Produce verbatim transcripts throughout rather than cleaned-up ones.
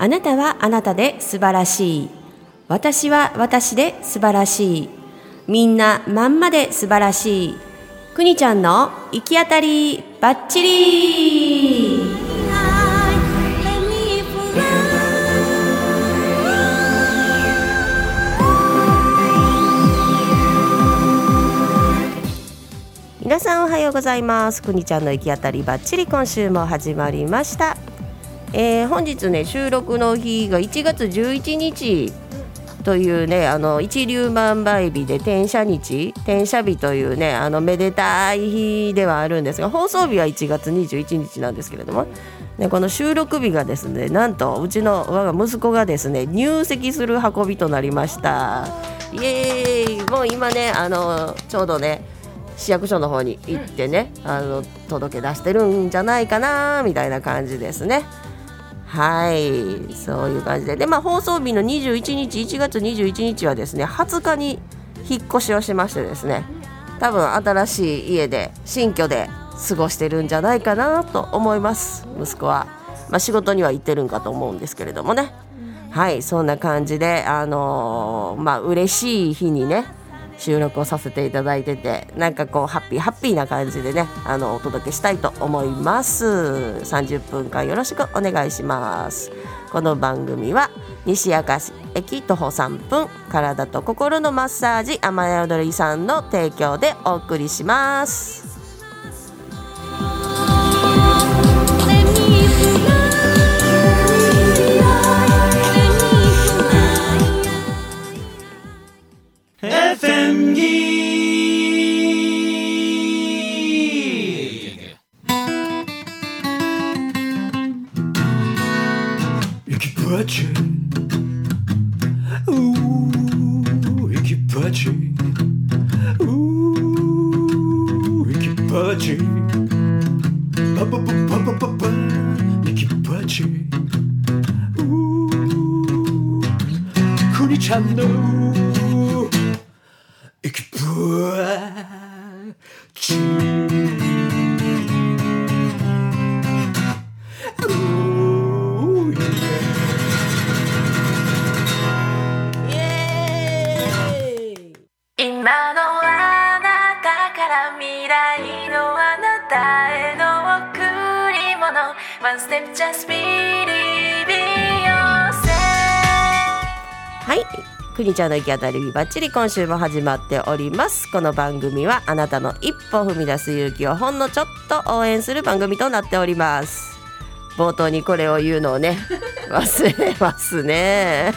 なたはあなたで素晴らしい。私は私で素晴らしい。みんなまんまで素晴らしい。くにちゃんの行き当たりバッチリ。皆さんおはようございます。くにちゃんの行き当たりバッチリ、今週も始まりました。えー、本日ね、収録の日がいちがつじゅういちにちというね、あの一粒万倍日で転写日転写日というね、あのめでたい日ではあるんですが、放送日はいちがつにじゅういちにちなんですけれども、ね、この収録日がですね、なんとうちの我が息子がですね、入籍する運びとなりました。イエーイ。もう今ね、あのちょうどね市役所の方に行ってね、あの届け出してるんじゃないかなみたいな感じですね。はい、そういう感じで、で、まあ、放送日のにじゅういちにちいちがつにじゅういちにちはですね、はつかに引っ越しをしましてですね、多分新しい家で新居で過ごしてるんじゃないかなと思います。息子は、まあ、仕事には行ってるんかと思うんですけれどもね。はい、そんな感じで、あのー、まあ嬉しい日にね収録をさせていただいてて、なんかこうハッピーハッピーな感じでね、あのお届けしたいと思います。さんじゅっぷんかんよろしくお願いします。この番組は西明石駅徒歩さんぷん、体と心のマッサージ雨宿りさんの提供でお送りします。 エフエム ギー行きパチうー行きパチうー行きパチパパパパパパパ行きパチうーくにちゃんの行きパチ今のあなたから未来のあなたへの贈り物 One step just believe in yourself。 はい、くにちゃんの行き当たりバッチリ、今週も始まっております。この番組はあなたの一歩踏み出す勇気をほんのちょっと応援する番組となっております。冒頭にこれを言うのをね忘れますね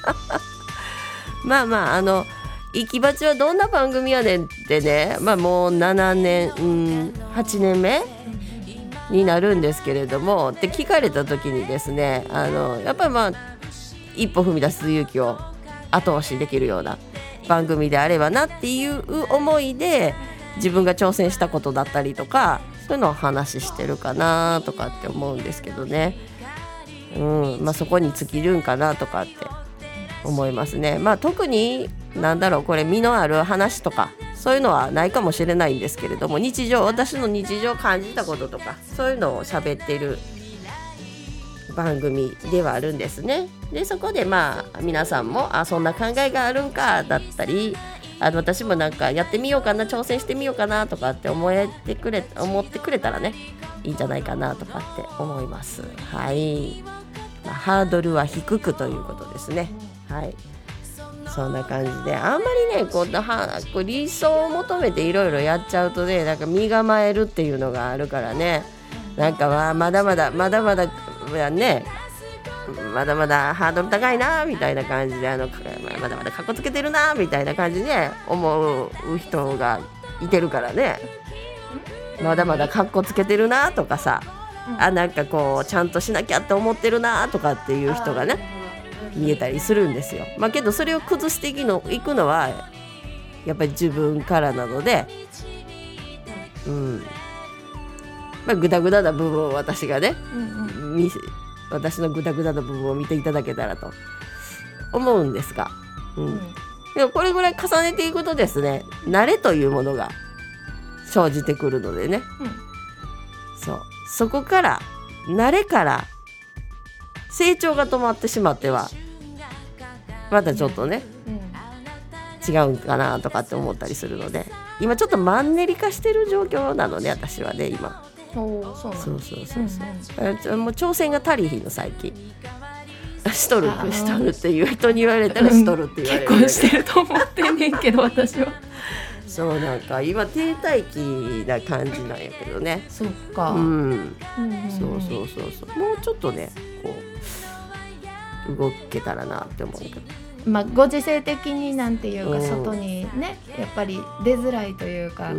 まあまあ、あの行きバチはどんな番組やねんってね、まあもうななねん、うん、はちねんめになるんですけれども、って聞かれた時にですね、あのやっぱりまあ一歩踏み出す勇気を後押しできるような番組であればなっていう思いで、自分が挑戦したことだったりとか、そういうのを話してるかなとかって思うんですけどね、うんまあ、そこに尽きるんかなとかって思いますね。まあ特になんだろう、これ身のある話とかそういうのはないかもしれないんですけれども、日常、私の日常感じたこととかそういうのを喋ってる番組ではあるんですね。でそこでまあ皆さんもあそんな考えがあるんかだったり、あの私もなんかやってみようかな、挑戦してみようかなとかって思えてくれ思ってくれたらね、いいんじゃないかなとかって思います。はい、まあ、ハードルは低くということですね。はい、そんな感じで、あんまりねこうはこう理想を求めていろいろやっちゃうとね、なんか身構えるっていうのがあるからね、なんかまあまだまだまだまだね、まだまだハードル高いなみたいな感じで、あのまだまだかっこつけてるなみたいな感じで、ね、思う人がいてるからね、まだまだかっこつけてるなとかさ、あなんかこうちゃんとしなきゃって思ってるなとかっていう人がね見えたりするんですよ。まあけどそれを崩していくの、いくのはやっぱり自分からなので、うんまあ、グダグダな部分を私がね、うんうん、見せ私のグダグダな部分を見ていただけたらと思うんですが、うんうん、でもこれぐらい重ねていくとですね、慣れというものが生じてくるのでね、うん、そうそこから慣れから成長が止まってしまってはまたちょっとね、うん、違うんかなとかって思ったりするので、今ちょっとマンネリ化してる状況なので私はね今。 おそうなんそうそうそうそう、うん、もう挑戦が足りひんの最近。しとるしとるっていう人に言われたらしとるって言われる、 うん、結婚してると思ってんねんけど私はそうなんか今停滞期な感じなんやけどね。 そうか、 うん、 うんうん、 そうそうそうそう、もうちょっとねこう動けたらなって思うけど、 まあ、ご時世的になんていうか、うん、外にねやっぱり出づらいというか、うん、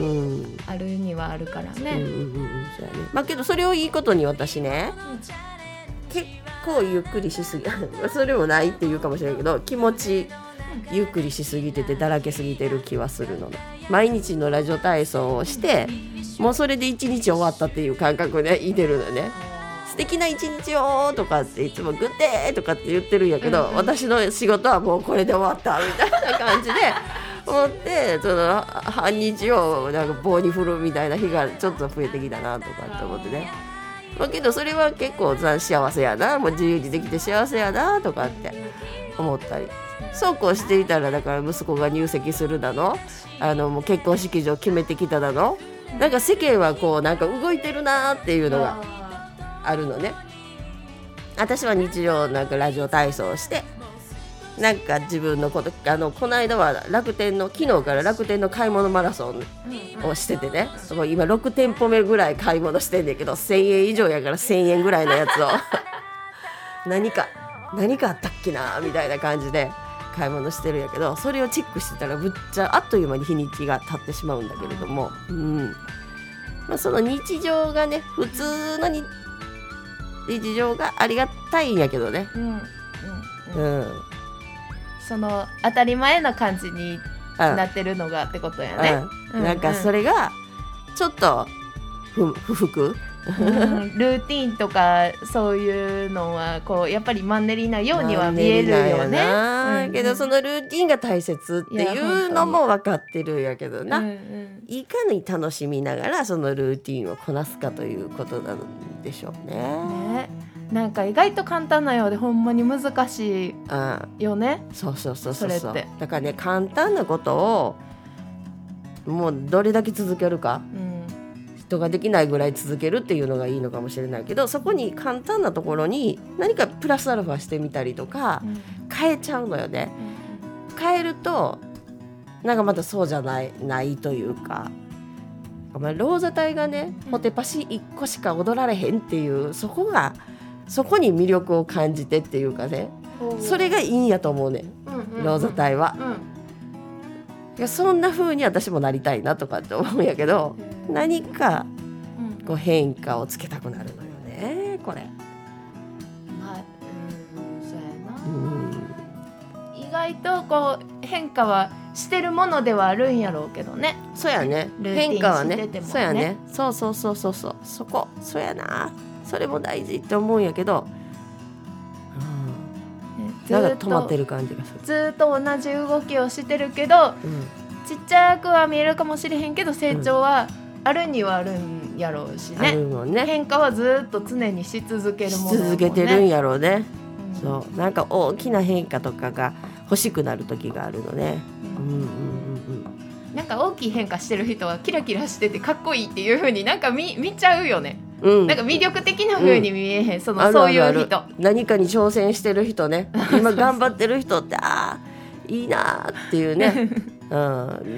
あるにはあるからね、うんうんうん、 そうやね。まあけどそれをいいことに私ね、うん、結構ゆっくりしすぎそれもないっていうかもしれないけど気持ちゆっくりしすぎててだらけすぎてる気はするので、毎日のラジオ体操をしてもうそれで一日終わったっていう感覚でいてるのね。素敵な一日をとかっていつもグッデーとかって言ってるんやけど、うんうん、私の仕事はもうこれで終わったみたいな感じで思ってその半日をなんか棒に振るみたいな日がちょっと増えてきたなとかって思ってね。まあ、けどそれは結構幸せやな、もう自由にできて幸せやなとかって思ったり、そうこうしていたらだから息子が入籍するだの、あのもう結婚式場決めてきただの、なんか世間はこうなんか動いてるなっていうのがあるのね。私は日常なんかラジオ体操をしてなんか自分のことあのこの間は楽天の昨日から楽天の買い物マラソンをしててね、うんうん、今ろく店舗目ぐらい買い物してんだけどせんえん以上やからせんえんぐらいのやつを何か何かあったっけなみたいな感じで買い物してるんやけど、それをチェックしてたらぶっちゃあっという間に日にちが経ってしまうんだけれども、うんまあ、その日常がね普通のに日常がありがたいんやけどね、うんうんうんうん、 その当たり前の感じになってるのがってことやね、 うんうん、なんかそれがちょっと不服、 うん、ルーティンとかそういうのはこうやっぱりマンネリなようには見えるよね、 うんうん、けどそのルーティンが大切っていうのも分かってるんやけどな、うんうん、いかに楽しみながらそのルーティンをこなすかということなんでしょう ね, ねなんか意外と簡単なようでほんまに難しいよね、 うん、そうそうそうそうそう、だからね簡単なことをもうどれだけ続けるか、うん人ができないぐらい続けるっていうのがいいのかもしれないけど、そこに簡単なところに何かプラスアルファしてみたりとか、うん、変えちゃうのよね、うん、変えるとなんかまたそうじゃない、ないというか、まあ、ローザ隊がねホテパシいっこしか踊られへんっていうそこがそこに魅力を感じてっていうかね、それがいいんやと思うね、うんうんうん、ローザ隊は、うん、いやそんな風に私もなりたいなとかって思うんやけど、何かこう変化をつけたくなるのよねこれ、 まあ、うん、そうやな、うん、意外とこう変化はしてるものではあるんやろうけどね。 そうやね、変化はね、そうやね、そうそうそうそうそう、そこそうやな、それも大事って思うんやけど、うん、なんか止まってる感じがする。 ずっと同じ動きをしてるけど、うん、ちっちゃくは見えるかもしれへんけど成長はあるにはあるんやろうし ね,、うん、ね変化はずっと常にし続けるもの、ね、 し続けてるんやろうね、うん、そうなんか大きな変化とかが欲しくなる時があるのね、うんうんうんうん、 なんか大きい変化してる人はキラキラしててかっこいいっていう風になんか 見, 見ちゃうよね、うん、なんか魅力的な風に見えへん、うん、そのあるあるある、そういう人何かに挑戦してる人ね今頑張ってる人ってあーいいなっていうねうん、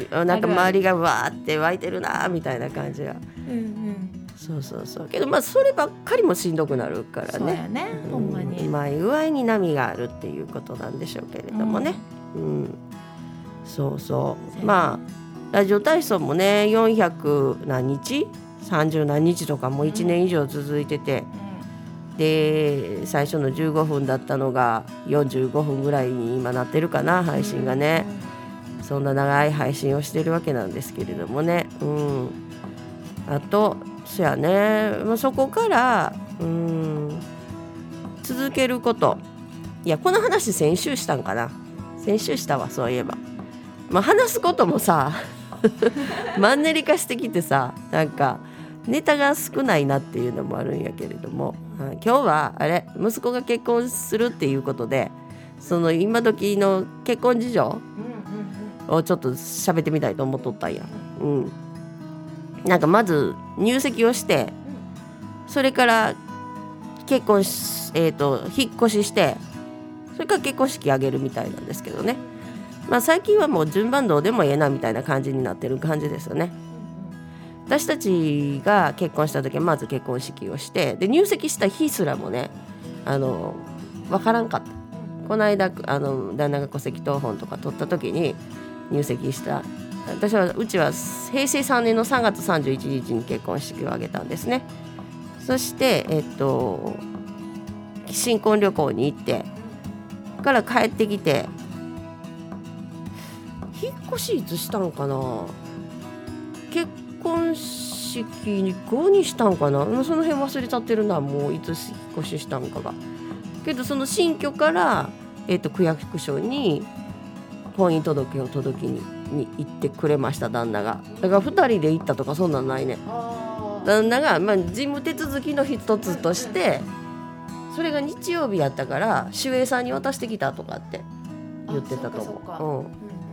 なんか周りがわーって湧いてるなみたいな感じが、うんうん、そうそうそう、けどまあそればっかりもしんどくなるからね、そうやね、ほんまにうまい具合に波があるっていうことなんでしょうけれどもね、うんうん、そうそうまあラジオ体操もねよんひゃく何日さんじゅう何日とかもういちねん以上続いてて、うん、で最初のじゅうごふんだったのがよんじゅうごふんぐらいに今なってるかな配信がね、うんうんそんな長い配信をしてるわけなんですけれどもね、うん、あとそやねそこから、うん、続けること、いやこの話先週したんかな、先週したわそういえば、まあ、話すこともさマンネリ化してきてさなんかネタが少ないなっていうのもあるんやけれども、 今日はあれ息子が結婚するっていうことでその今時の結婚事情をちょっと喋ってみたいと思っとったんや、うん、なんかまず入籍をしてそれから結婚し、えーと、引っ越ししてそれから結婚式あげるみたいなんですけどね、まあ、最近はもう順番どうでもええなみたいな感じになってる感じですよね。私たちが結婚した時はまず結婚式をしてで入籍した日すらもねあの分からんかった。この間あの旦那が戸籍謄本とか取った時に入籍した私はうちはへいせいさんねんのさんがつさんじゅういちにちに結婚式を挙げたんですね。そしてえっと新婚旅行に行ってから帰ってきて引っ越しいつしたんかな結婚式後にしたんかなその辺忘れちゃってるなもういつ引っ越ししたんかがけどその新居から、えー、と区役所に婚姻届を届けにに行ってくれました旦那が。だからふたりで行ったとかそんなんないね。旦那が、まあ、事務手続きの一つとしてそれが日曜日やったから守衛さんに渡してきたとかって言ってたと思う。うん、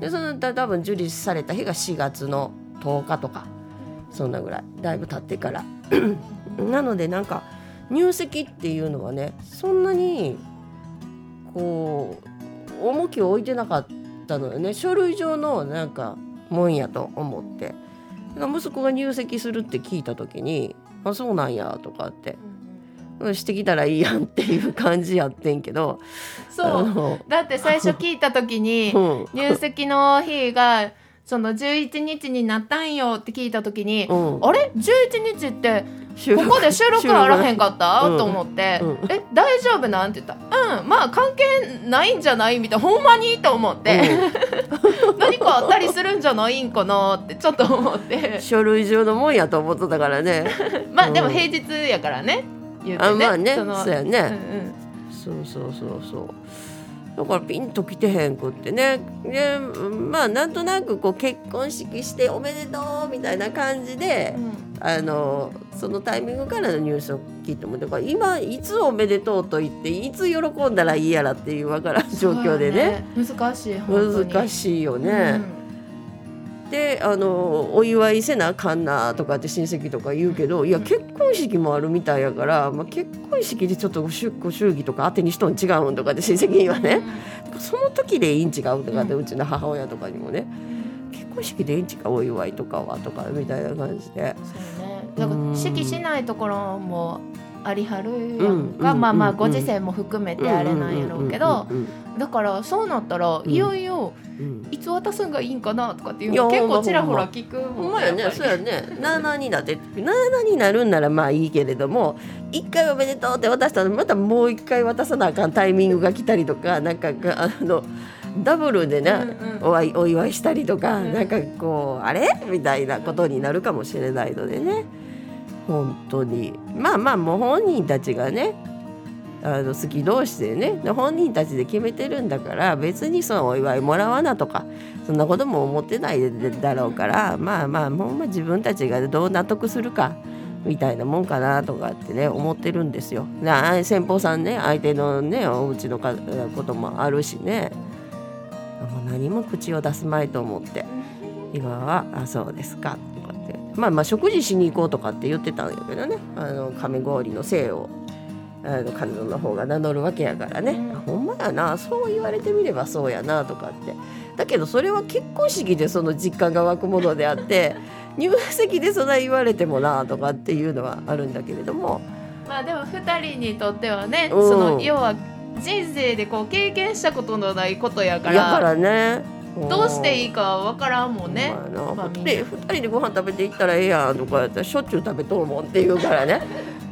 でその多分受理された日がしがつのとおかとかそんなぐらいだいぶ経ってからなのでなんか入籍っていうのはねそんなにこう重きを置いてなかったのよね。書類上のなんかもんやと思って息子が入籍するって聞いた時にあそうなんやとかってしてきたらいいやんっていう感じやってんけどそうだって最初聞いた時に、うん、入籍の日がそのじゅういちにちになったんよって聞いた時に、うん、あれじゅういちにちってここで収録あらへんかった、うん、と思って、うん、え大丈夫なんて言ったらうんまあ関係ないんじゃないみたいなほんまにと思って、うん、何かあったりするんじゃないんかなってちょっと思って書類上のもんやと思ってたからねまあでも平日やからね言うてねあまあねそそうやね、 うんうん、 そうそうそうそうだからピンと来てへんくってねでまあなんとなくこう結婚式しておめでとうみたいな感じで、うん、あのそのタイミングからのニュースを聞いてもだから今いつおめでとうと言っていつ喜んだらいいやらっていうわからん状況でね難しい本当に難しいよね、うん、であのお祝いせなあかんなとかって親戚とか言うけどいや結婚式もあるみたいやから、まあ、結婚式でちょっとご祝儀とか当てにしとん違うんとかって親戚にはね、うん、その時でいいん違うとかってうちの母親とかにもね結婚式でいいん違うお祝いとかはとかみたいな感じでそうねだから式しないところもありはるやんか、うん、まあまあご時世も含めてあれなんやろうけどだからそうなったらいよいよいつ渡すんがいいんかなとかっていうの結構ちらほら聞くほんまやねそうやねななになってななになるんならまあいいけれどもいっかいおめでとうって渡したらまたもういっかい渡さなあかんタイミングが来たりとかなんかあのダブルでね、うんうん、お, お祝いしたりとか、うん、なんかこうあれみたいなことになるかもしれないのでね本当にまあまあもう本人たちがねあの好き同士でね本人たちで決めてるんだから別にそのお祝いもらわなとかそんなことも思ってないだろうからまあまあもう自分たちがどう納得するかみたいなもんかなとかってね思ってるんですよ。先方さんね相手のねお家のこともあるしねもう何も口を出すまいと思って今はあそうですかとかってまあまあ食事しに行こうとかって言ってたんやけどねあの亀氷の姓をあの彼女の方が名乗るわけやからね、うん、ほんまやなそう言われてみればそうやなとかってだけどそれは結婚式でその実感が湧くものであって入籍でそんな言われてもなとかっていうのはあるんだけれどもまあでもふたりにとってはね、うん、その要は人生でこう経験したことのないことやからやからねどうしていいかわからんもんね、 まあ、でふたりでご飯食べていったらええやんとかやったらしょっちゅう食べとるもんって言うからねあ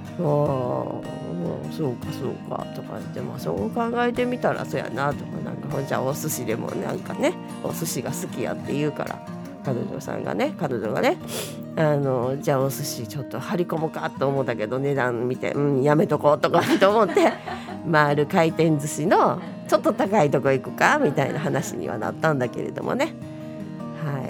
そうかそうかとか言って、まあ、そう考えてみたらそうやなとかなんかほんじゃお寿司でもなんかねお寿司が好きやって言うから彼女さんがね彼女がねあのじゃあお寿司ちょっと張り込もうかと思ったけど値段見てうんやめとこうとかと思って回る回転寿司のちょっと高いとこ行くかみたいな話にはなったんだけれどもねはい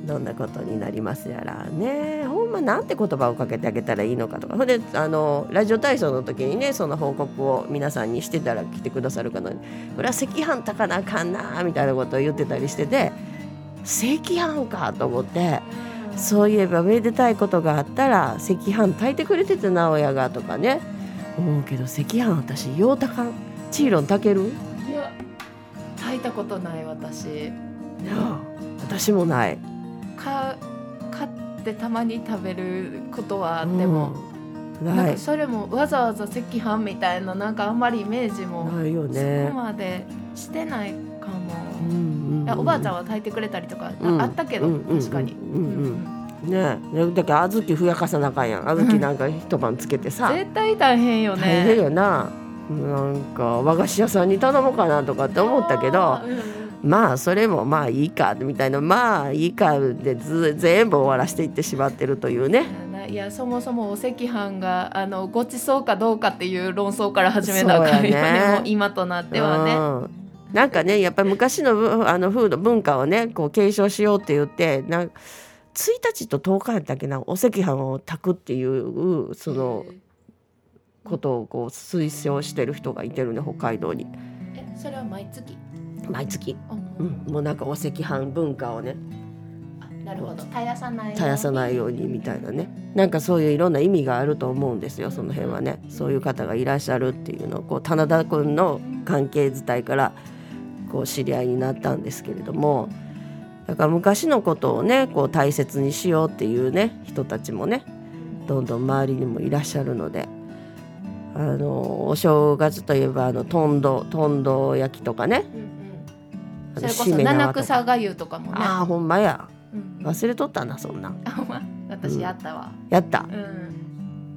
どんなことになりますやらね。ほんまなんて言葉をかけてあげたらいいのかとか、ほんであのラジオ体操の時にねその報告を皆さんにしてたら来てくださる方に、これは赤飯炊かなあかんなみたいなことを言ってたりしてて、赤飯かと思って、そういえばめでたいことがあったら赤飯炊いてくれててな親がとかね思うけど、赤飯私よう炊かん。チーロン炊ける？ いや炊いたことない私。いや私もない。 か買ってたまに食べることはあっても、 うん、 なんかそれもわざわざ赤飯みたいな、なんかあんまりイメージもないよね。 そこまでしてないかも、 うんうんうん、 いやおばあちゃんは炊いてくれたりとか、うん、あったけど、うん、確かに、うんうん、ねえ、だけど小豆ふやかさなあかんやん。小豆なんか一晩つけてさ、 絶対大変よね。 大変よな。なんか和菓子屋さんに頼もうかなとかって思ったけど、まあそれもまあいいかみたいな、まあいいかでず全部終わらせていってしまってるというね。 いやそもそもお赤飯があのごちそうかどうかっていう論争から始めたからね、もう今となってはね、うん、 なんかねやっぱり昔のあの風土文化をねこう継承しようって言ってなんついたちととおかやったっけな、お赤飯を炊くっていうそのことをこう推奨してる人がいてるね、北海道に。 えそれは毎月毎月、うん、もうなんかお赤飯文化をね、 あなるほど、絶やさないように絶やさないようにみたいなね、なんかそういういろんな意味があると思うんですよ、その辺はね。そういう方がいらっしゃるっていうのをこう棚田くんの関係伝いからこう知り合いになったんですけれども、だから昔のことをねこう大切にしようっていうね人たちもねどんどん周りにもいらっしゃるので、あのお正月といえばあのとんどとんど焼きとかね、 それこそ七草がゆとかもね。 ああほんまや、うん、忘れとったなそんな。 あ、ま、私やったわ、 うん、やった、うん、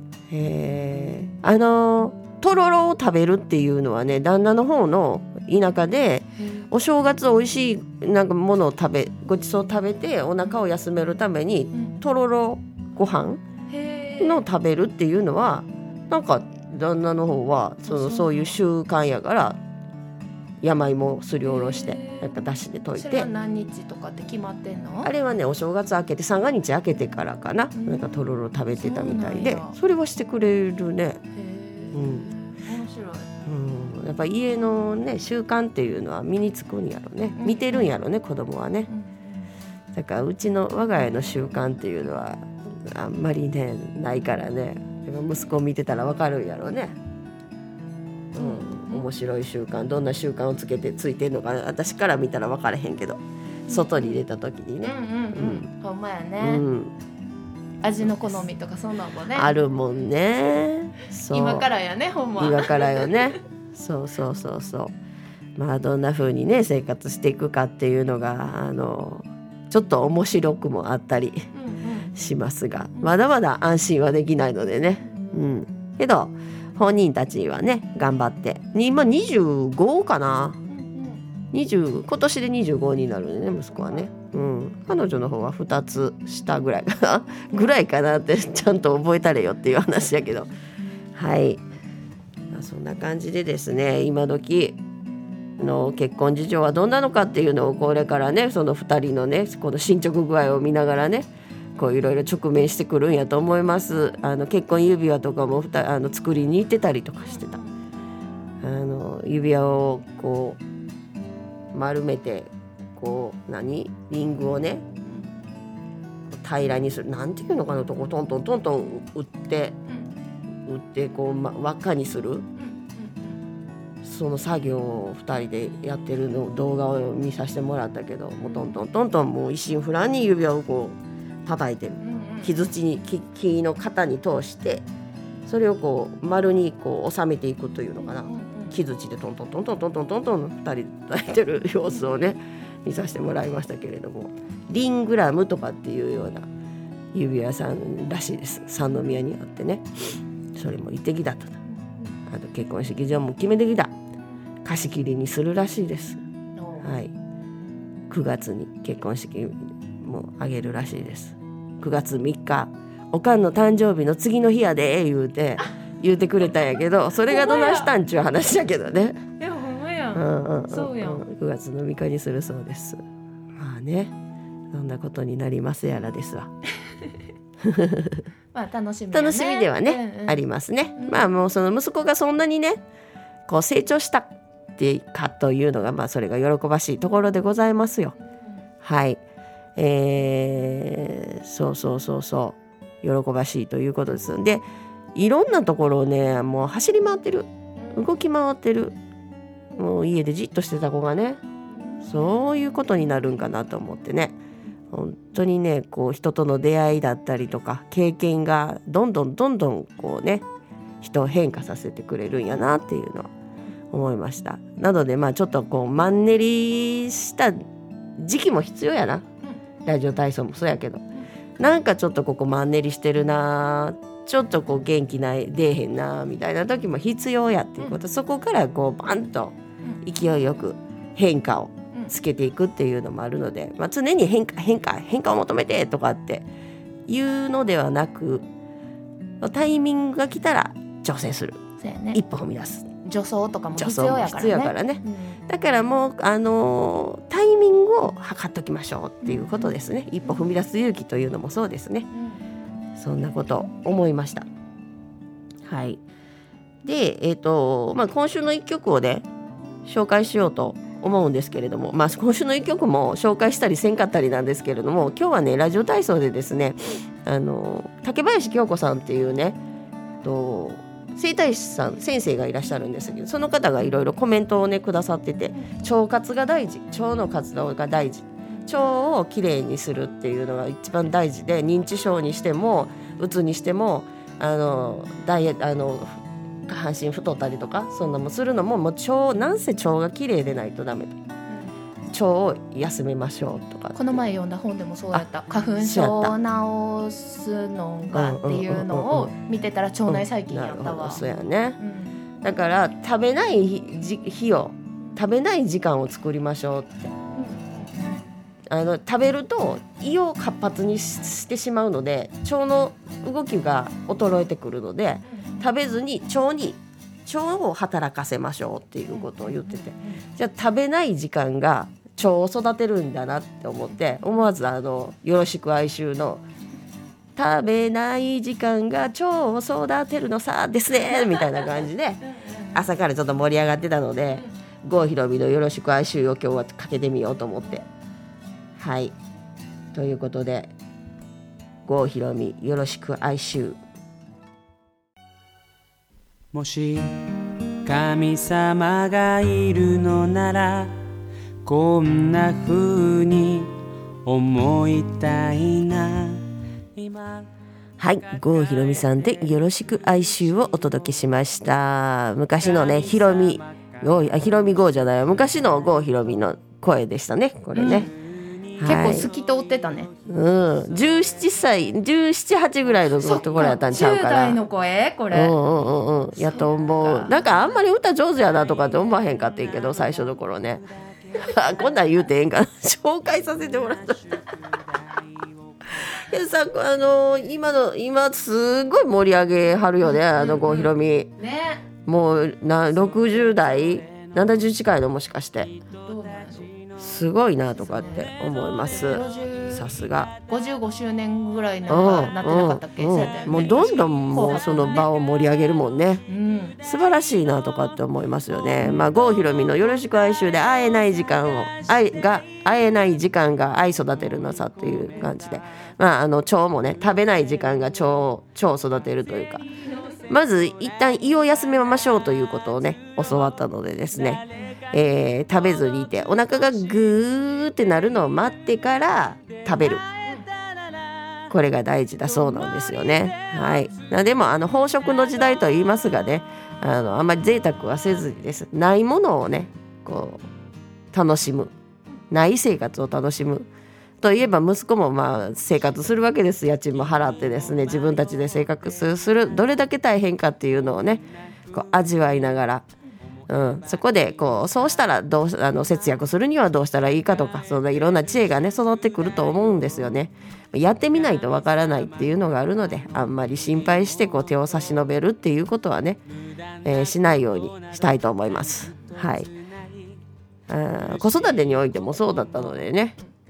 へー、あのとろろを食べるっていうのはね旦那の方の田舎で、うん、お正月おいしいなんかものを食べごちそう食べてお腹を休めるために、うん、とろろご飯の食べるっていうのはなんか旦那の方はそのそういう習慣やから山芋をすりおろしてなんかだしで溶いて。それは何日とかって決まってんの？ あれはねお正月明けて三が日明けてからかな、うん、なんかとろろ食べてたみたいで そ, それはしてくれるね。へ、うん、面白い、 うん、やっぱ家のね習慣っていうのは身につくんやろね、うん、見てるんやろね子供はね、うん、だからうちの我が家の習慣っていうのはあんまりねないからね、息子を見てたら分かるんやろうね、うん、面白い習慣どんな習慣をつけてついてんのか私から見たら分からへんけど外に出た時にね、うんうんうんうん、ほんまやね、うん、味の好みとかそんなのもねあるもんね。そう今からやねほんま今からよねそうそうそうそう、まあどんな風にね生活していくかっていうのがあのちょっと面白くもあったり、うんうん、しますがまだまだ安心はできないのでね、うん、けど本人たちはね頑張って今にじゅうごかな、にじゅう今年でにじゅうごになるね息子はね、うん、彼女の方はふたつ下ぐらいかなぐらいかなってちゃんと覚えたれよっていう話やけど、はい、まあ、そんな感じでですね今時の結婚事情はどんなのかっていうのをこれからねそのふたりのねこの進捗具合を見ながらねこういろいろ直面してくるんやと思います。あの結婚指輪とかもふたあの作りに行ってたりとかしてた。あの指輪をこう丸めてこう何リングをね平らにするなんていうのかなとこトントントントン打って打ってこう、ま、輪っかにするその作業をふたりでやってるの動画を見させてもらったけどもうトントントントンもう一心不乱に指輪をこう叩いてる木槌に 木, 木の型に通してそれをこう丸にこう収めていくというのかな、木槌でトントントントントントントントンふたりで叩いてる様子をね見させてもらいましたけれどもリングラムとかっていうような指輪さんらしいです。三宮にあってねそれも行ってきたとあと結婚式場も決めてきた貸し切りにするらしいです、はい、くがつに結婚式もあげるらしいです。くがつみっかおかんの誕生日の次の日やで言うて言うてくれたんやけどそれがどないしたんちゅう話やけどね。 でもほんまやん、 うんうんうん、 そうやんくがつのみっかにするそうです。まあねそんなことになりますやらですわまあ楽しみやね、 楽しみではね、うんうん、ありますね、うん、まあもうその息子がそんなにねこう成長したってかというのがまあそれが喜ばしいところでございますよ、うん、はいえー、そうそうそうそう喜ばしいということですでいろんなところをねもう走り回ってる動き回ってるもう家でじっとしてた子がねそういうことになるんかなと思ってね本当にねこう人との出会いだったりとか経験がどんどんどんどんこうね人を変化させてくれるんやなっていうのは思いましたなのでまあちょっとこうマンネリした時期も必要やなラジオ体操もそうやけどなんかちょっとここマンネリしてるなちょっとこう元気ない出えへんなみたいな時も必要やっていうことそこからこうバンと勢いよく変化をつけていくっていうのもあるので、まあ、常に変化変化変化を求めてとかっていうのではなくタイミングが来たら挑戦する、 そうやね、 一歩踏み出す助走とかも必要やからね、 必要やからね、うん、だからもう、あのー、タイミングを測っときましょうっていうことですね、うん、一歩踏み出す勇気というのもそうですね、うん、そんなこと思いました。はいで、えーとまあ、今週の一曲をね紹介しようと思うんですけれども、まあ、今週の一曲も紹介したりせんかったりなんですけれども今日はねラジオ体操でですねあの竹林京子さんっていうねと整体師さん先生がいらっしゃるんですけどその方がいろいろコメントをねくださってて腸活が大事腸の活動が大事腸をきれいにするっていうのが一番大事で認知症にしてもうつにしてもあのダイエあの下半身太ったりとかそんなもするのももう腸なんせ腸がきれいでないとダメと、うん、腸を休めましょうとかこの前読んだ本でもそうやった花粉症を治すのがっていうのを見てたら腸内細菌やったわ、 うん、そうやね、うん、だから食べない日を食べない時間を作りましょうって、うん、あの食べると胃を活発にしてしまうので腸の動きが衰えてくるので食べずに腸に腸を働かせましょうっていうことを言っててじゃあ食べない時間が腸を育てるんだなって思って思わずあのよろしく哀愁の食べない時間が腸を育てるのさですねみたいな感じで朝からちょっと盛り上がってたので郷ひろみのよろしく哀愁を今日はかけてみようと思ってはいということで郷ひろみよろしく哀愁もし神様がいるのならこんな風に思いたいな今はい郷ひろみさんでよろしく哀愁をお届けしました昔のねひろみひろみ郷じゃない昔の郷ひろみの声でしたねこれね、うん結構透き通ってたね、 うん、じゅうななさいじゅうなな、はちぐらいのところやったんちゃうかなじゅう代の声これ、 うんうんうんうん、やと思うなんかあんまり歌上手やなとかって思わへんかってんけど最初の頃ねこんなん言うてええんかな紹介させてもらったけどさあの今の今すごい盛り上げはるよねあの郷ひろみ、ね、もうなろくじゅう代ななじゅう近いのもしかしてすごいなとかって思いますさすがごじゅうごしゅうねんぐらいなんかなってなかったっけ、うんうんうん、もうどんどんもうその場を盛り上げるもんね、うん、素晴らしいなとかって思いますよね、まあ、郷ひろみのよろしく哀愁で会えない時間を愛が会えない時間が愛育てるのさっていう感じで、まあ、あの腸もね食べない時間が腸を腸を育てるというかまず一旦胃を休めましょうということをね教わったのでですねえー、食べずにいてお腹がグーってなるのを待ってから食べるこれが大事だそうなんですよね、はい、でもあの飽食の時代と言いますがね あのあんまり贅沢はせずにですないものをねこう楽しむない生活を楽しむといえば息子もまあ生活するわけです家賃も払ってですね自分たちで生活するどれだけ大変かっていうのをねこう味わいながらうん、そこでこうそうしたらどうあの節約するにはどうしたらいいかとかそんないろんな知恵がね育ってくると思うんですよねやってみないとわからないっていうのがあるのであんまり心配してこう手を差し伸べるっていうことはね、えー、しないようにしたいと思います、はい、あ子育てにおいてもそうだったのでね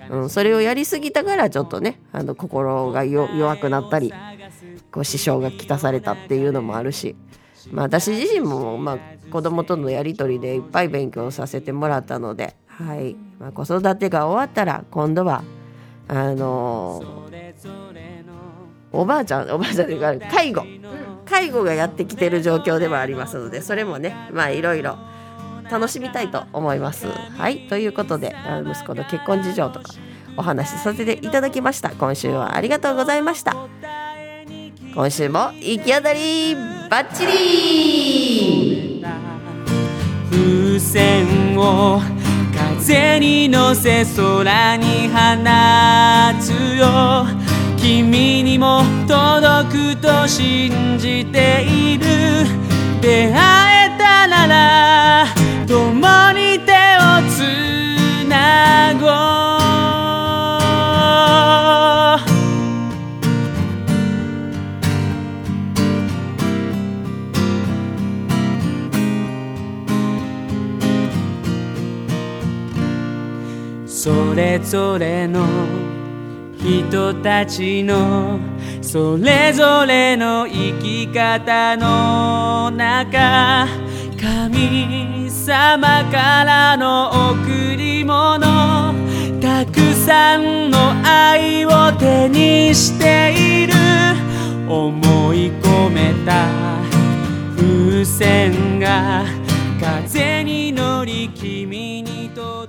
うん、それをやりすぎたからちょっとねあの心がよ弱くなったりこう支障がきたされたっていうのもあるし、まあ、私自身も、まあ、子供とのやり取りでいっぱい勉強させてもらったので、はいまあ、子育てが終わったら今度はあのー、おばあちゃんおばあちゃんというか介護介護がやってきてる状況ではありますので、それもねまあいろいろ楽しみたいと思います。はいということで息子の結婚事情とかお話しさせていただきました。今週はありがとうございました。今週も行き当たりバッチリ。 風船を風に乗せ空に放つよ、君にも届くと信じている。出会えたなら共に手をつなごう。それぞれの人たちのそれぞれの生き方の中、神様からの贈り物、たくさんの愛を手にしている。思い込めた風船が風に乗り君に届く。